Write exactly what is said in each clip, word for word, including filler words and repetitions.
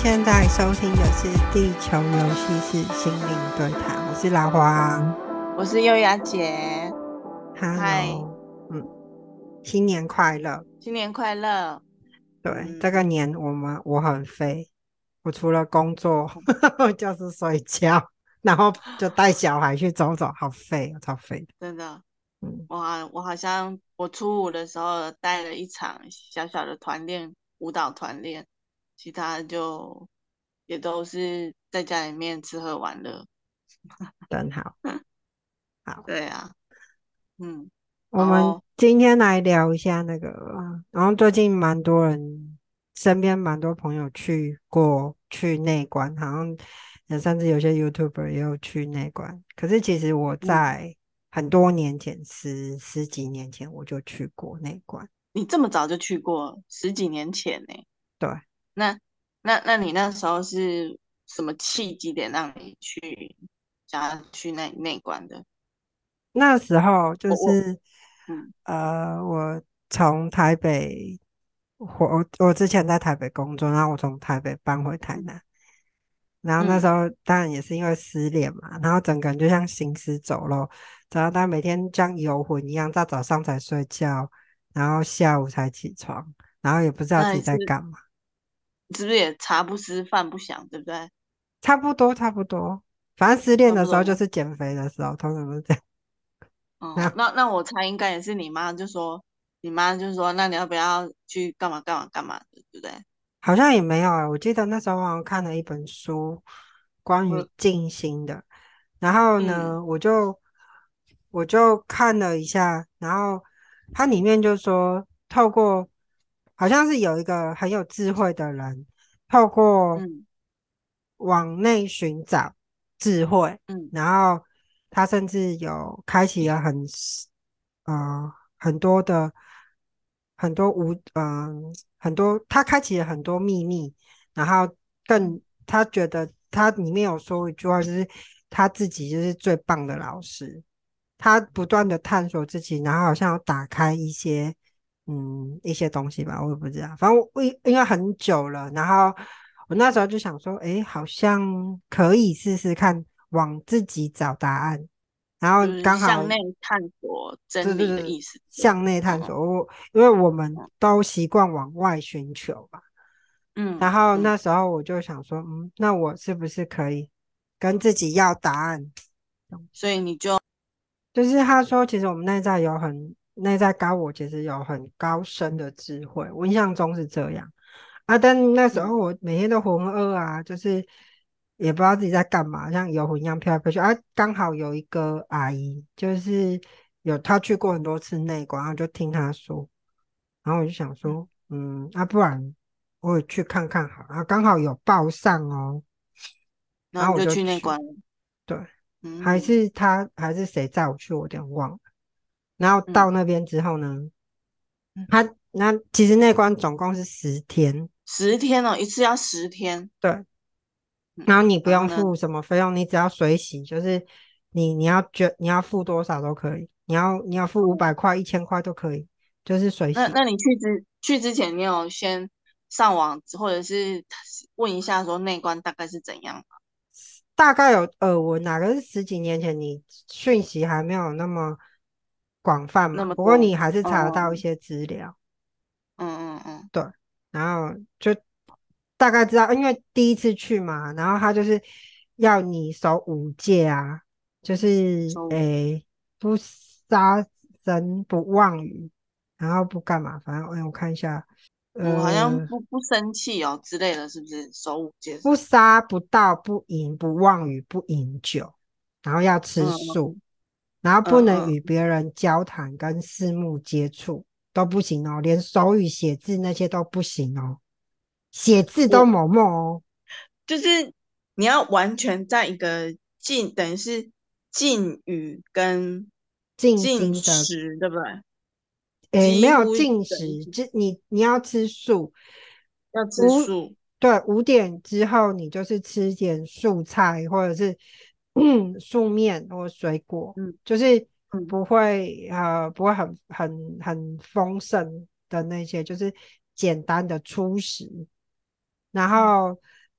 现在收听的是《地球游戏室心灵对谈》，我是老黄。 我是优雅姐。嗨， Hello，嗯，新年快乐！ 新年快乐。 对，这个嗯， 年我们我很废，我除了工作就是睡觉，然后就带小孩去走走，好废哦，超废的。 真的， 嗯， 我好我好像我初五的时候带了一场小小的团练，舞蹈团练，其他就也都是在家里面吃喝玩乐。 真好。好， 对啊。嗯， 我们然后今天来聊一下那个，然后最近蛮多人，身边蛮多朋友去过去内关，好像呃甚至有些 YouTuber 也有去内关。可是其实我嗯， 在很多年前，十十几年前我就去过内关。 你这么早就去过，十几年前呢？ 对， 那那那你那时候是什么契机点让你去想要去那内观的？ 那时候就我我是嗯呃，我从台北，我我之前在台北工作，然后我从台北搬回台嗯南。然后那时嗯。 候当然也是因为失恋嘛，然后整个人就像行尸走肉，然后他每天像游魂一样，到早上才睡觉，然后下午才起床，然后也不知道自己那你是在干嘛。 你是不是也茶不思饭不想，对不对？ 差不多差不多，反正失恋的时候就差不多。 是减肥的时候，通常都是这样。然哦， 后那那我猜应该也是你妈就说，你妈就说，那你要不要去干嘛干嘛干嘛的，对不对？ 好像也没有啊，我记得那时候好像看了一本书，关于嗯静心的，然后嗯呢，我就我就看了一下，然后它里面就说，透过好像是有一个很有智慧的人，透过嗯往内寻找智慧， 嗯然后他甚至有开启了很呃很多的很多无嗯、很多他开启了很多秘密，然后更他觉得他里面有说一句话，就是他自己就是最棒的老师，他不断的探索自己，然后好像有打开一些嗯一些东西吧，我也不知道，反正我因因为很久了，然后我那时候就想说，诶，好像可以试试看往自己找答案，然后就是刚好向内探索真对对对， 理的意思。 向内探索。 嗯我因为我们嗯都习惯往外寻求吧，然嗯嗯， 后那时候我就想说，嗯，那我是不是可以跟自己要答案？ 所以你就就是他说，其实我们内在有很内在高我，其实有很高深的智慧。我印象中是这样啊，但那时候嗯我每天都浑噩啊，就是也不知道自己在干嘛，像游魂一样飘来飘去啊。刚好有一个阿姨，就是有她去过很多次内观，然后就听她说，然后我就想嗯， 说，嗯，啊，不然我也去看看好了，然后刚好有报上哦，然后我然后你就就去。 去那关了。 对，还嗯是他还是谁载我去，我有点忘了。然后嗯到那边之后呢， 嗯， 他那其实那关总共是十天， 十天哦，一次要十天。 对， 嗯， 然后你不然后呢？ 用付什么费用，你只要水洗，就是你你要捐你要付多少都可以，你要你要付五百块、一千块都可以，就是水洗。 那那你去之去之前，你有先上网或者是问一下说内观大概是怎样吗？ 大概有耳闻哪个是十几年前你讯息还没有那么广泛嘛，不过那么多。 你还是查得到一嗯些资料。 嗯嗯嗯对，然后就大概知道，因为第一次去嘛，然后他就是要你守五戒啊，就是收。 诶不杀生、不妄语，然后不干嘛，反正哎我看一下， 我好像呃， 不不生气哦之类的，是不是？手五戒是。 不杀、不盗、不淫、不妄语、不饮酒，然后要吃嗯素， 嗯然后不嗯能与嗯， 别人交谈跟四目接触都不行哦，连手语写字那些都不行哦。写字都我某某哦， 就是你要完全在一个禁，等于是禁语跟进禁京的， 食，对不对？ 诶，没有几乎进食， 等于是就你你要吃素， 要吃五素。 对五点之后你就是吃点素菜或者是嗯素面或水果， 嗯就是嗯不会呃不会很很很丰盛的那些，就是简单的粗食，然嗯后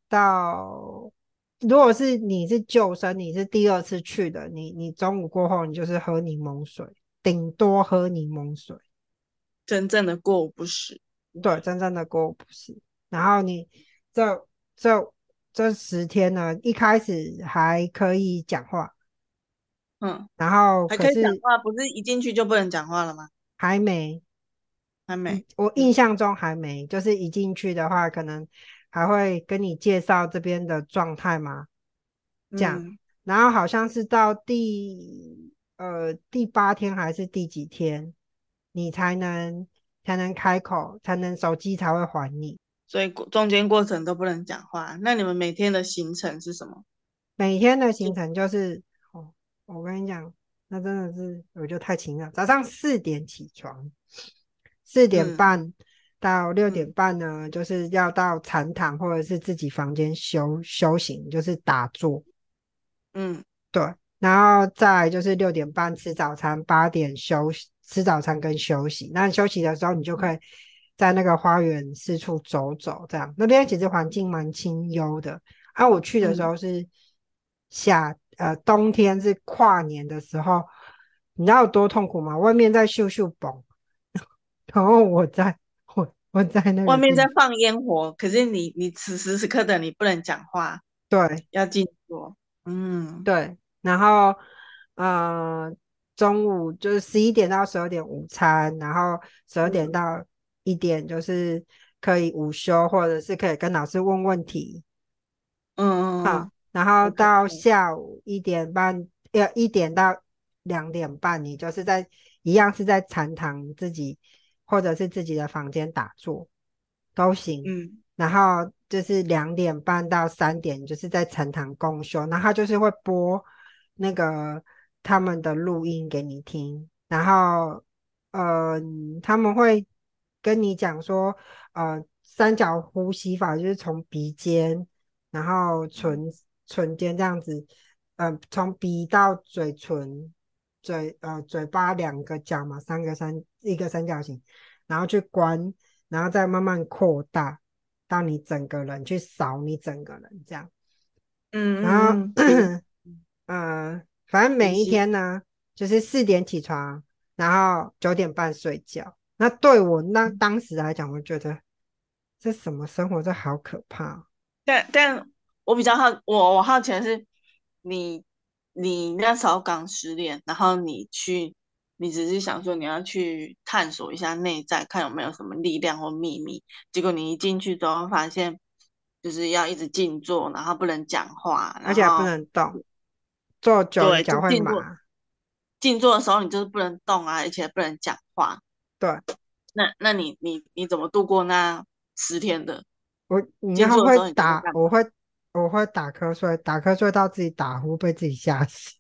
到，如果是你是救生，你是第二次去的，你你中午过后你就是喝柠檬水，顶多喝柠檬水。 真正的过午不食。 对，真正的过不是。然后你这这这十天呢，一开始还可以讲话， 嗯， 然后还可是可以讲话，不是一进去就不能讲话了吗？ 还没， 还没。 一我印嗯象中还没，就是一进去的话，可能还会跟你介绍这边的状态嘛，这样。 嗯， 然后好像是到第呃第八天还是第几天，你才能才能开口，才能手机才会还你。 所以过中间过程都不能讲话。那你们每天的行程是什么？ 每天的行就程就是，哦，我跟你讲，那真的是我觉得太勤了。早上四点起床，四点嗯半到六点嗯半呢，就是要到禅堂或者是自己房间修修行，就是打坐。 嗯对，然后再来就是六点半吃早餐，八点休息，吃早餐跟休息。那休息的时候，你就可以在那个花园四处走走，这样那边其实环境蛮清幽的。啊，我去的时嗯， 候是夏呃冬天，是跨年的时候，你知道有多痛苦吗？外面在咻咻蹦，然后我在我我在那外个地， 面在放烟火，可是你你此时此刻的你不能讲话， 对， 要静坐。嗯对，然后呃，中午就是十一点到十二点午餐，然后十二点嗯到一点就是可以午休，或者是可以跟老师问问题。 嗯嗯好， 嗯然后 ，OK。 到下午一点半，呃，一点到两点半，你就是在一样是在禅堂自己或者是自己的房间打坐都行。 嗯然后就是两点半到三点，就是在禅堂共修，然后他就是会播那个他们的录音给你听，然后呃，他们会跟你讲说，呃，三角呼吸法就是从鼻尖。然后唇唇尖这样子，呃，从鼻到嘴唇，嘴呃嘴巴两个角嘛，三个三一个三角形，然后去关，然后再慢慢扩大到你整个人，去扫你整个人这样。然后嗯嗯嗯，鼻呃，反正每一鼻息。 天呢，就是四点起床，然后九点半睡觉。那对我那当时来讲，我觉得这什么生活，这好可怕哦。 但但我比较好，我我好奇的是，你你那时候刚失恋，然后你去，你只是想说你要去探索一下内在，看有没有什么力量或秘密，结果你一进去之后发现，就是要一直静坐，然后不能讲话， 而且还不然后能动，坐久你对，就脚会静坐， 麻。 静坐的时候你就是不能动啊，而且不能讲话。 对， 那那你你你怎么度过那十天的我，然后静坐的时候？你都在会打， 干嘛？ 我会我会打瞌睡，打瞌睡到自己打呼，被自己吓死。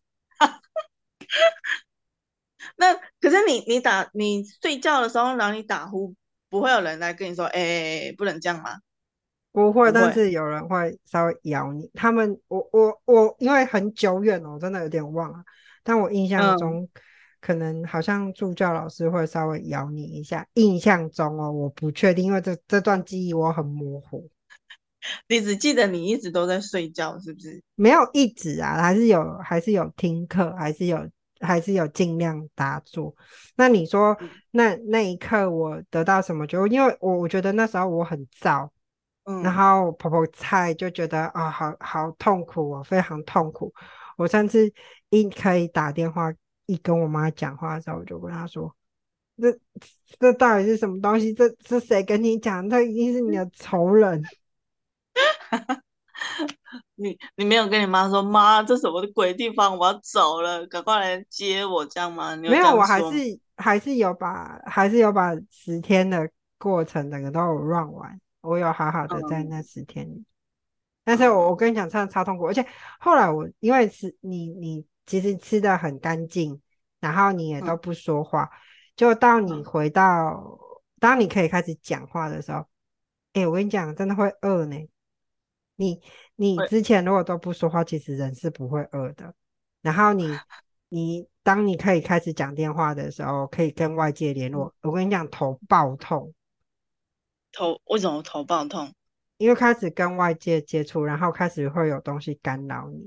那可是你你打你睡觉的时候，然后你打呼，不会有人来跟你说，哎、欸欸不能这样吗？ 不会， 不会。 但是有人会稍微咬你。他们，我我我，因为很久远了，我真的有点忘了。但我印象嗯， 中，可能好像助教老师会稍微咬你一下。印象中哦，我不确定，因为这这段记忆我很模糊。 你只记得你一直都在睡觉，是不是？ 没有一直啊，还是有还是有听课，还是有还是有尽量打坐。那你说嗯那那一刻我得到什么就因为我我觉得那时候我很燥，然嗯后婆婆菜就觉得啊、好好痛苦哦，非常痛苦。我上次一可以打电话一跟我妈讲话的时候，我就跟她说：这这到底是什么东西？这是谁跟你讲？这一定是你的仇人。 你你没有跟你妈说，妈，这什么鬼地方，我要走了，赶快来接我，这样吗？你有这没有，我还是样说吗？ 还是有把还是有把十天的过程整个都有 run 完，我有好好的在那嗯十天里。但是我我嗯跟你讲，真的超痛苦，而且后来我因为是你你其实吃的很干净，然后你也嗯都不说话，就到你嗯， 回到当你可以开始讲话的时候，哎，我跟你讲，真的会饿呢。你你会之前如果都不说话，其实人是不会饿的。然后你你当你可以开始讲电话的时候，可以跟外界联络。我跟你讲，头爆痛， 头为什么头爆痛？ 因为开始跟外界接触，然后开始会有东西干扰你。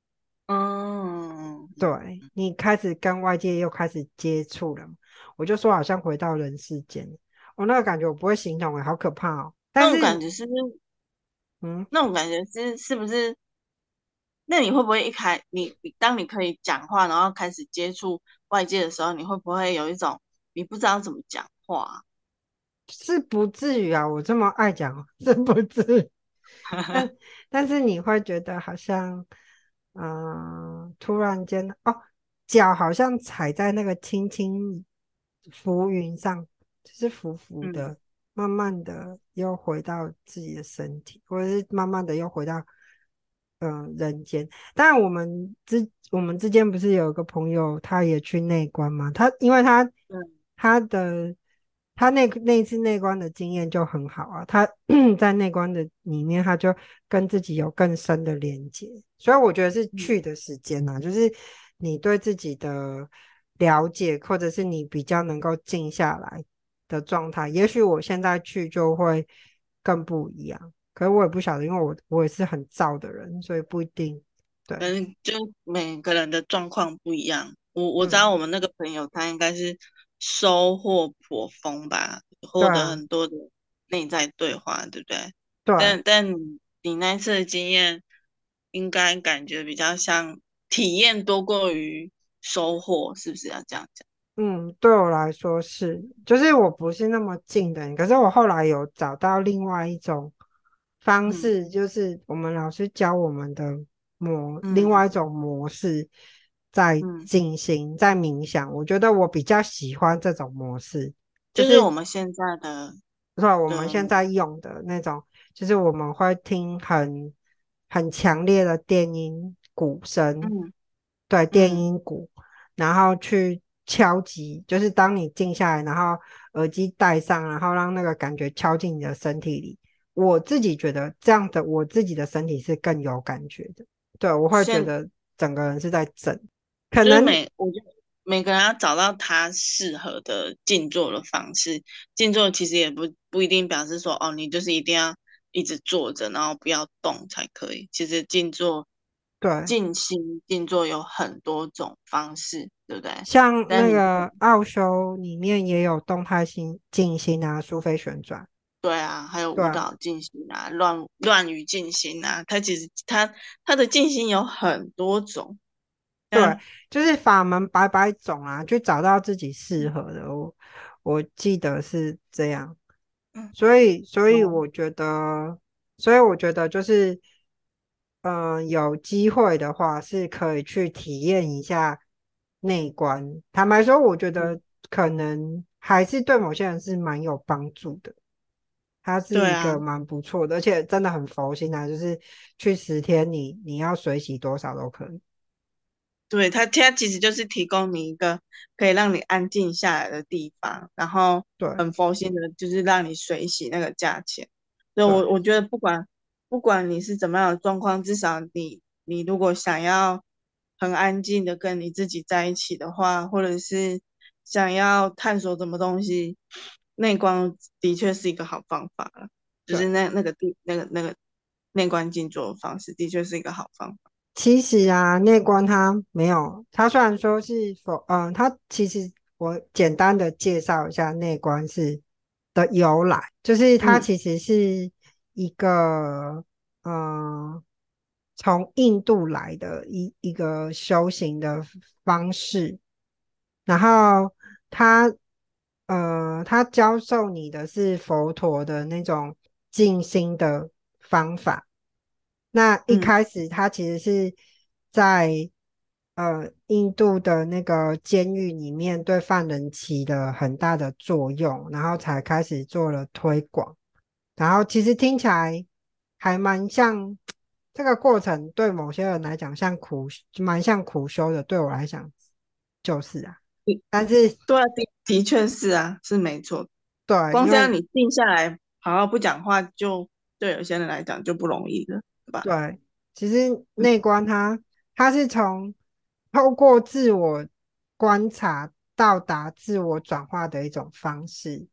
嗯， 对，你开始跟外界又开始接触了，我就说好像回到人世间。我、那个感觉我不会形容诶，好可怕哦。但那种是， 感觉是不是？ 嗯， 那种感觉是是不是？那你会不会一开你你当你可以讲话，然后开始接触外界的时候，你会不会有一种你不知道怎么讲话？ 是不至于啊，我这么爱讲，是不至于。但但是你会觉得好像，嗯、突然间哦，脚好像踩在那个轻轻浮云上，就是浮浮嗯的，慢慢的又回到自己的身体，或者是慢慢的又回到嗯、呃人间。当然，我们之我们之间不是有一个朋友，他也去内观嘛？他因为他嗯他的他那那一次内观的经验就很好啊，他在内观的里面，他就跟自己有更深的连接，所以我觉得是嗯， 去的时间啊，就是你对自己的了解，或者是你比较能够静下来的状态。也许我现在去就会更不一样，可是我也不晓得，因为我我也是很躁的人，所以不一定。对， 嗯，就每个人的状况不一样。我我知道嗯， 我们那个朋友他应该是收获颇丰吧，获得对啊， 很多的内在对话，对不对？ 对。 但但你你那次的经验，应该感觉比较像体验多过于收获，是不是要这样讲？ 嗯，对我来说是，就是我不是那么近的人，可是我后来有找到另外一种方嗯式，就是我们老师教我们的模，另外一嗯种模式在嗯， 进行，在冥想。我觉得我比较喜欢这种模式，就就是我是们现在的不是我们的， 现在用的那种，就是我们会听很很强烈的电音鼓声， 嗯对，电嗯， 音鼓，然后去敲击，就是当你静下来，然后耳机戴上，然后让那个感觉敲进你的身体里。我自己觉得这样的，我自己的身体是更有感觉的，对，我会觉现得整个人是在震，可就是能每我觉得每个人要找到他适合的静坐的方式。静坐其实也不不一定表示说哦，你就是一定要一直坐着，然后不要动才可以。其实静坐、 对。 静心静坐有很多种方式，对不对？ 像那但你个奥修里面也有动态心静心啊，苏菲旋转， 对啊，还有对啊， 舞蹈静心啊，乱乱语静心啊，它其实它它的静心有很多种。 对， 但就是法门百百种啊，去找到自己适合的。我我记得是这样， 嗯所以所以有我觉得，所以我觉得就是，嗯、有机会的话是可以去体验一下内观。坦白说，我觉嗯得可能还是对某些人是蛮有帮助的。它是对啊。 一个蛮不错的，而且真的很佛心啊，就是去十天你你要水洗多少都可以。 对，它它其实就是提供你一个可以让你安静下来的地方，然后对很佛心的，就是让你水洗那个价钱。所以对我我觉得不管不管你是怎么样的状况，至少你你如果想要很安静的跟你自己在一起的话，或者是想要探索什么东西，内观的确是一个好方法了。就对， 是那那个地那个那个内观静坐的方式，的确是一个好方法。 其实啊，内观它没有，它虽然说是否，嗯，它其实我简单的介绍一下内观是的由来，就是它嗯其实是一个，嗯，从印度来的一一个修行的方式，然后他呃，他教授你的是佛陀的那种静心的方法。那一嗯开始他其实是在呃印度的那个监狱里面对犯人起了很大的作用，然后才开始做了推广。然后其实听起来还蛮像这个过程，对某些人来讲像苦，蛮像苦修的，对我来讲就是啊。但是对啊，的的确是啊，是没错。 对，因为光是让你静下来，好好不讲话，就对有些人来讲就不容易了，对吧？ 对，其实内观它它是从透过自我观察到达自我转化的一种方式。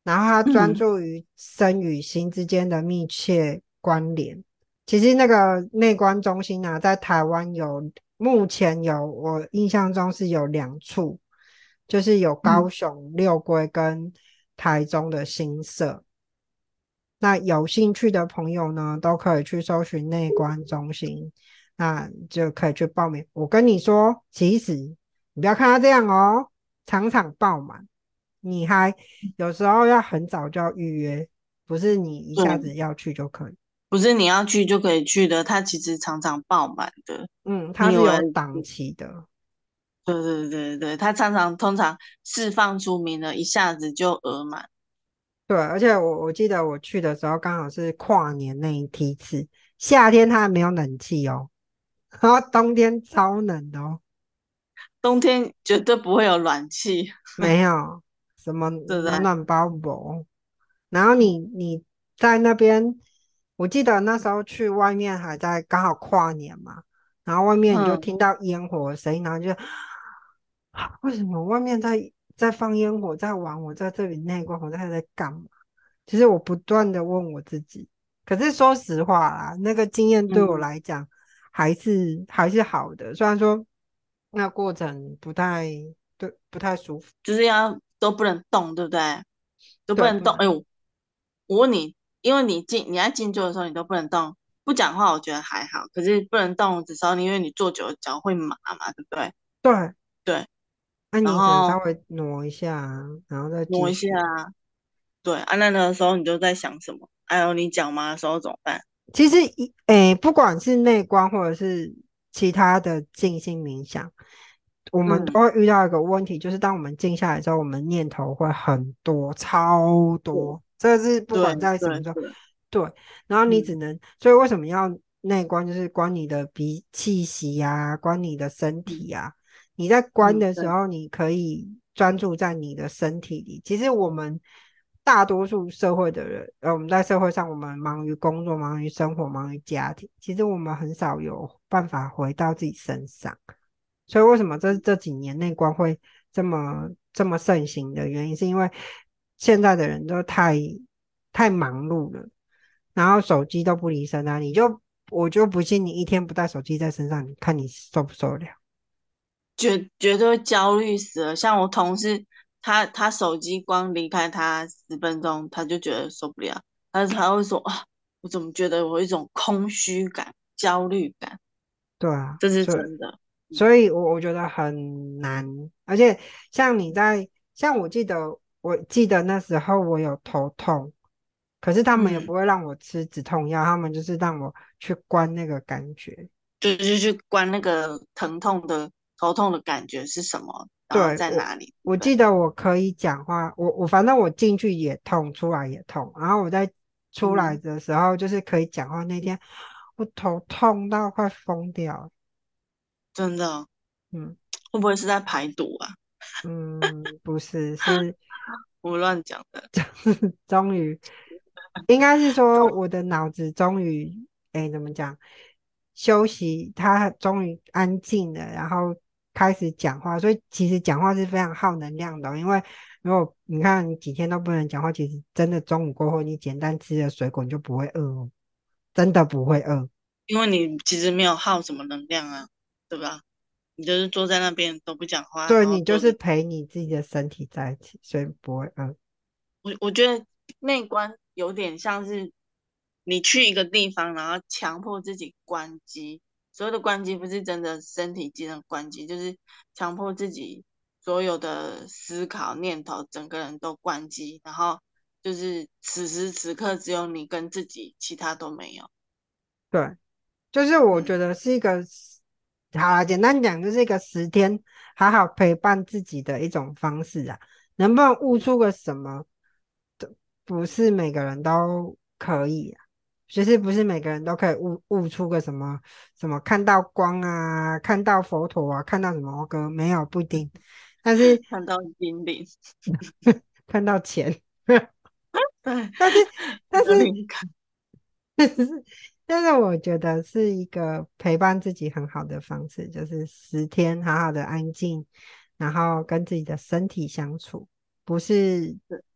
然后他专嗯注于身与心之间的密切关联。其实那个内观中心啊，在台湾有目前有我印象中是有两处，就是有高嗯， 雄六龟跟台中的新社。那有兴趣的朋友呢，都可以去搜寻内观中心，那就可以去报名。我跟你说，其实你不要看他这样哦，场场爆满，你还有时候要很早就要预约，不是你一下对， 子要去就可以。 不是你要去就可以去的，它其实常常爆满的。 嗯，它是你以为？ 有档期的。 对对对对，它常常通常释放出名了，一下子就额满。 对，而且我我记得我去的时候刚好是跨年那一梯次，夏天它还没有冷气哦，然后冬天超冷的哦。 冬天绝对不会有暖气， 没有什么对不对？ 暖暖包不，然后嗯你你在那边，我记得那时候去外面还在刚好跨年嘛，然后外面你就嗯， 听到烟火的声音，然后就啊为什么外面在在放烟火，在玩，我在这里内观，我在在干嘛？其实我不断的问我自己，可是说实话啦，那个经验对我嗯， 来讲还是还是好的，虽然说那过程不太对，不太舒服。 就是要都不能动，对不对？都不对， 能动。哎不能。 呦，我问你，因为你静你在静坐的时候你都不能动，不讲话我觉得还好，可是不能动的时候，因为你坐久了脚会麻嘛，对不对？ 对， 对， 那、你只能稍然后微挪一下啊，然后再挪一下， 继续。 对啊，那那个时候你就在想什么？还有你脚麻的时候怎么办？ 其实一诶，不管是内观或者是其他的静心冥想，我们都嗯， 会遇到一个问题，就是当我们静下来之后，我们念头会很多，超对多。这是不对管在什么时候， 对对， 对。然后你只嗯能，所以为什么要内观？就是观你的鼻气息啊，观你的身嗯体啊。你在观嗯，对， 的时候，你可以专注在你的身体里。其实我们大多数社会的人，呃，我们在社会上，我们忙于工作、忙于生活、忙于家庭，其实我们很少有办法回到自己身上。所以为什么这这几年内观会这么这么盛行的原因，是因为现在的人都太太忙碌了，然后手机都不离身啊，你就我就不信你一天不带手机在身上，你看你受不受得了？ 绝绝对会焦虑死了。像我同事，他他手机光离开他十分钟，他就觉得受不了，但是他会说啊，我怎么觉得我有一种空虚感、焦虑感， 对啊， 这是所以真的。嗯所以我我觉得很难，而且像你在像我记得我记得那时候我有头痛，可是他们也嗯， 不会让我吃止痛药，他们就是让我去关那个感觉。 就是去关那个疼痛的头痛的感觉是什么，然后对，我， 在哪里，对不对？ 我记得我可以讲话，我我反正我进去也痛，出来也痛，然后我在出来嗯， 的时候就是可以讲话那天，我头痛到快疯掉。 真的， 嗯会不会是在排毒啊？ 嗯，不是，是我乱讲的。 终于，应该是说我的脑子终于，哎，怎么讲，休息，它终于安静了，然后开始讲话。所以其实讲话是非常耗能量的哦，因为如果你看你几天都不能讲话，其实真的中午过后你简单吃了水果，你就不会饿哦，真的不会饿。 因为你其实没有耗什么能量啊，对吧？你就是坐在那边都不讲话， 对， 然后你就是坐着。 陪你自己的身体在一起，所以不会饿。 我我觉得内观有点像是你去一个地方，然后强迫自己关机。所谓的关机不是真的身体机能关机，就是强迫自己所有的思考念头，整个人都关机，然后就是此时此刻只有你跟自己，其他都没有。 对。就是我嗯， 觉得是一个，好啦，简单讲就是一个十天好好陪伴自己的一种方式啊。能不能悟出个什么，都不是每个人都可以啊。就是不是每个人都可以悟悟出个什么什么看到光啊，看到佛陀啊，看到什么歌，没有不一定。但是看到精灵， 看到钱， 对， 但是但是有灵感。 但是我觉得是一个陪伴自己很好的方式，就是十天好好的安静，然后跟自己的身体相处，不是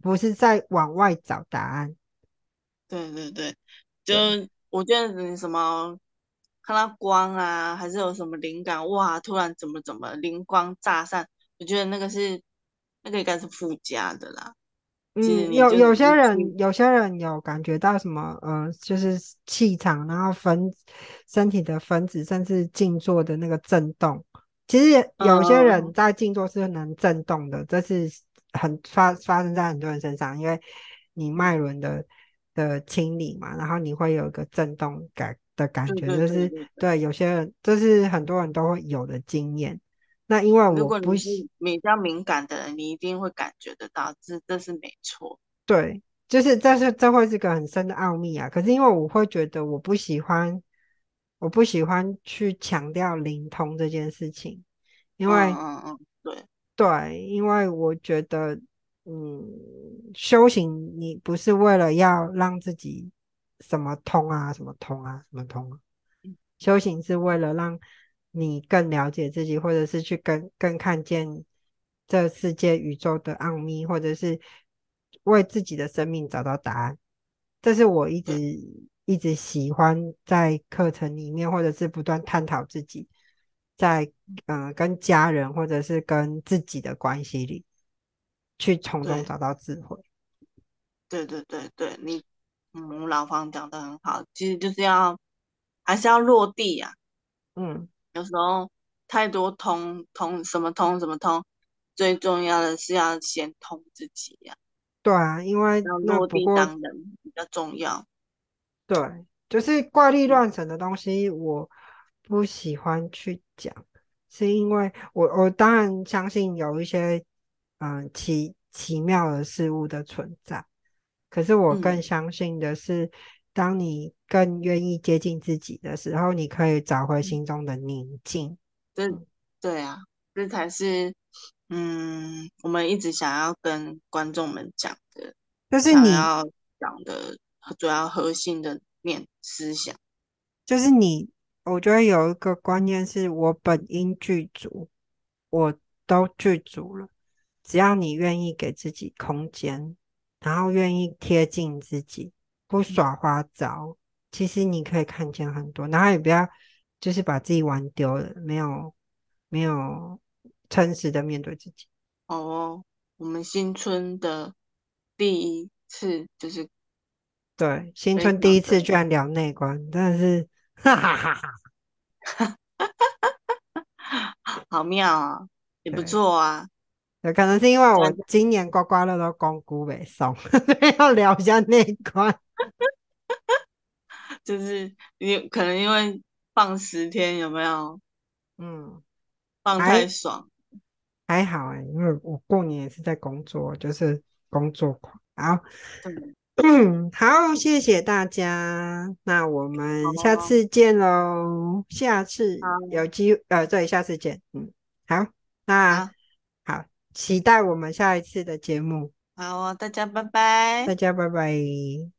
不是在往外找答案。 对对对，就对， 我觉得你什么看到光啊，还是有什么灵感，哇，突然怎么怎么灵光乍闪，我觉得那个是那个应该是附加的啦。其实嗯， 你就只有有些是去， 人有些人有感觉到什么呃，就是气场，然后分身体的分子，甚至静坐的那个震动。其实也嗯有些嗯嗯， 人在静坐是能震动的，这是很发发生在很多人身上，因为你脉轮的的清理嘛，然后你会有一个震动感的感觉， 对对就是对对对。 对有些人，这是很多人都会有的经验。那因为我如果你是不喜比较敏感的人，你一定会感觉得到，这这是没错。 对，就是这是这会是个很深的奥秘啊。可是因为我会觉得我不喜欢，我不喜欢去强调灵通这件事情，因嗯为嗯嗯，对对，因为我觉得，嗯，修行你不是为了要让自己什么通啊，什么通啊，什么通啊，修行是为了让你更了解自己，或者是去更更看见这世界宇宙的奥秘，或者是为自己的生命找到答案。这是我一直对一直喜欢在课程里面，或者是不断探讨自己在呃跟家人或者是跟自己的关系里，去从中对找到智慧。 对对对对，你嗯老方讲的很好，其实就是要还是要落地呀、 嗯， 有时候太多通通什么通什么通，最重要的是要先通自己呀、 对啊，因为要那落地不过当人比较重要。 对，就是怪力嗯乱神的东西，我不喜欢去讲，是因为我我当然相信有一些嗯奇奇妙的事物的存在，可是我更嗯， 相信的是，当你更愿意接近自己的时候，你可以找回心中的宁静。 这嗯， 对啊，这才是嗯我们一直想要跟观众们讲的， 就是你想要讲的主要核心的念思想。 就是你，我觉得有一个观念是我本应具足，我都具足了。只要你愿意给自己空间，然后愿意贴近自己，不耍花招，其实你可以看见很多。然后也不要就是把自己玩丢了，没有没有诚实的面对自己。 好哦，我们新春的第一次就是对，新非春第一常的次居然聊内观，真的是哈哈哈哈。 好妙啊，也不对。 错啊。 有可能是因为我这样子今年刮刮乐都公估没送，所以要聊一下那一关。 就是你可能因为放十天有没有嗯， 放太还爽？ 还好哎、因为我过年也是在工作，就是工作狂。好， 对， 好，谢谢大家，那我们下好哦， 次见喽。下次好， 有机呃，对，下次见。嗯，好，那好， 好，期待我们下一次的节目， 好哦，大家拜拜。 大家拜拜。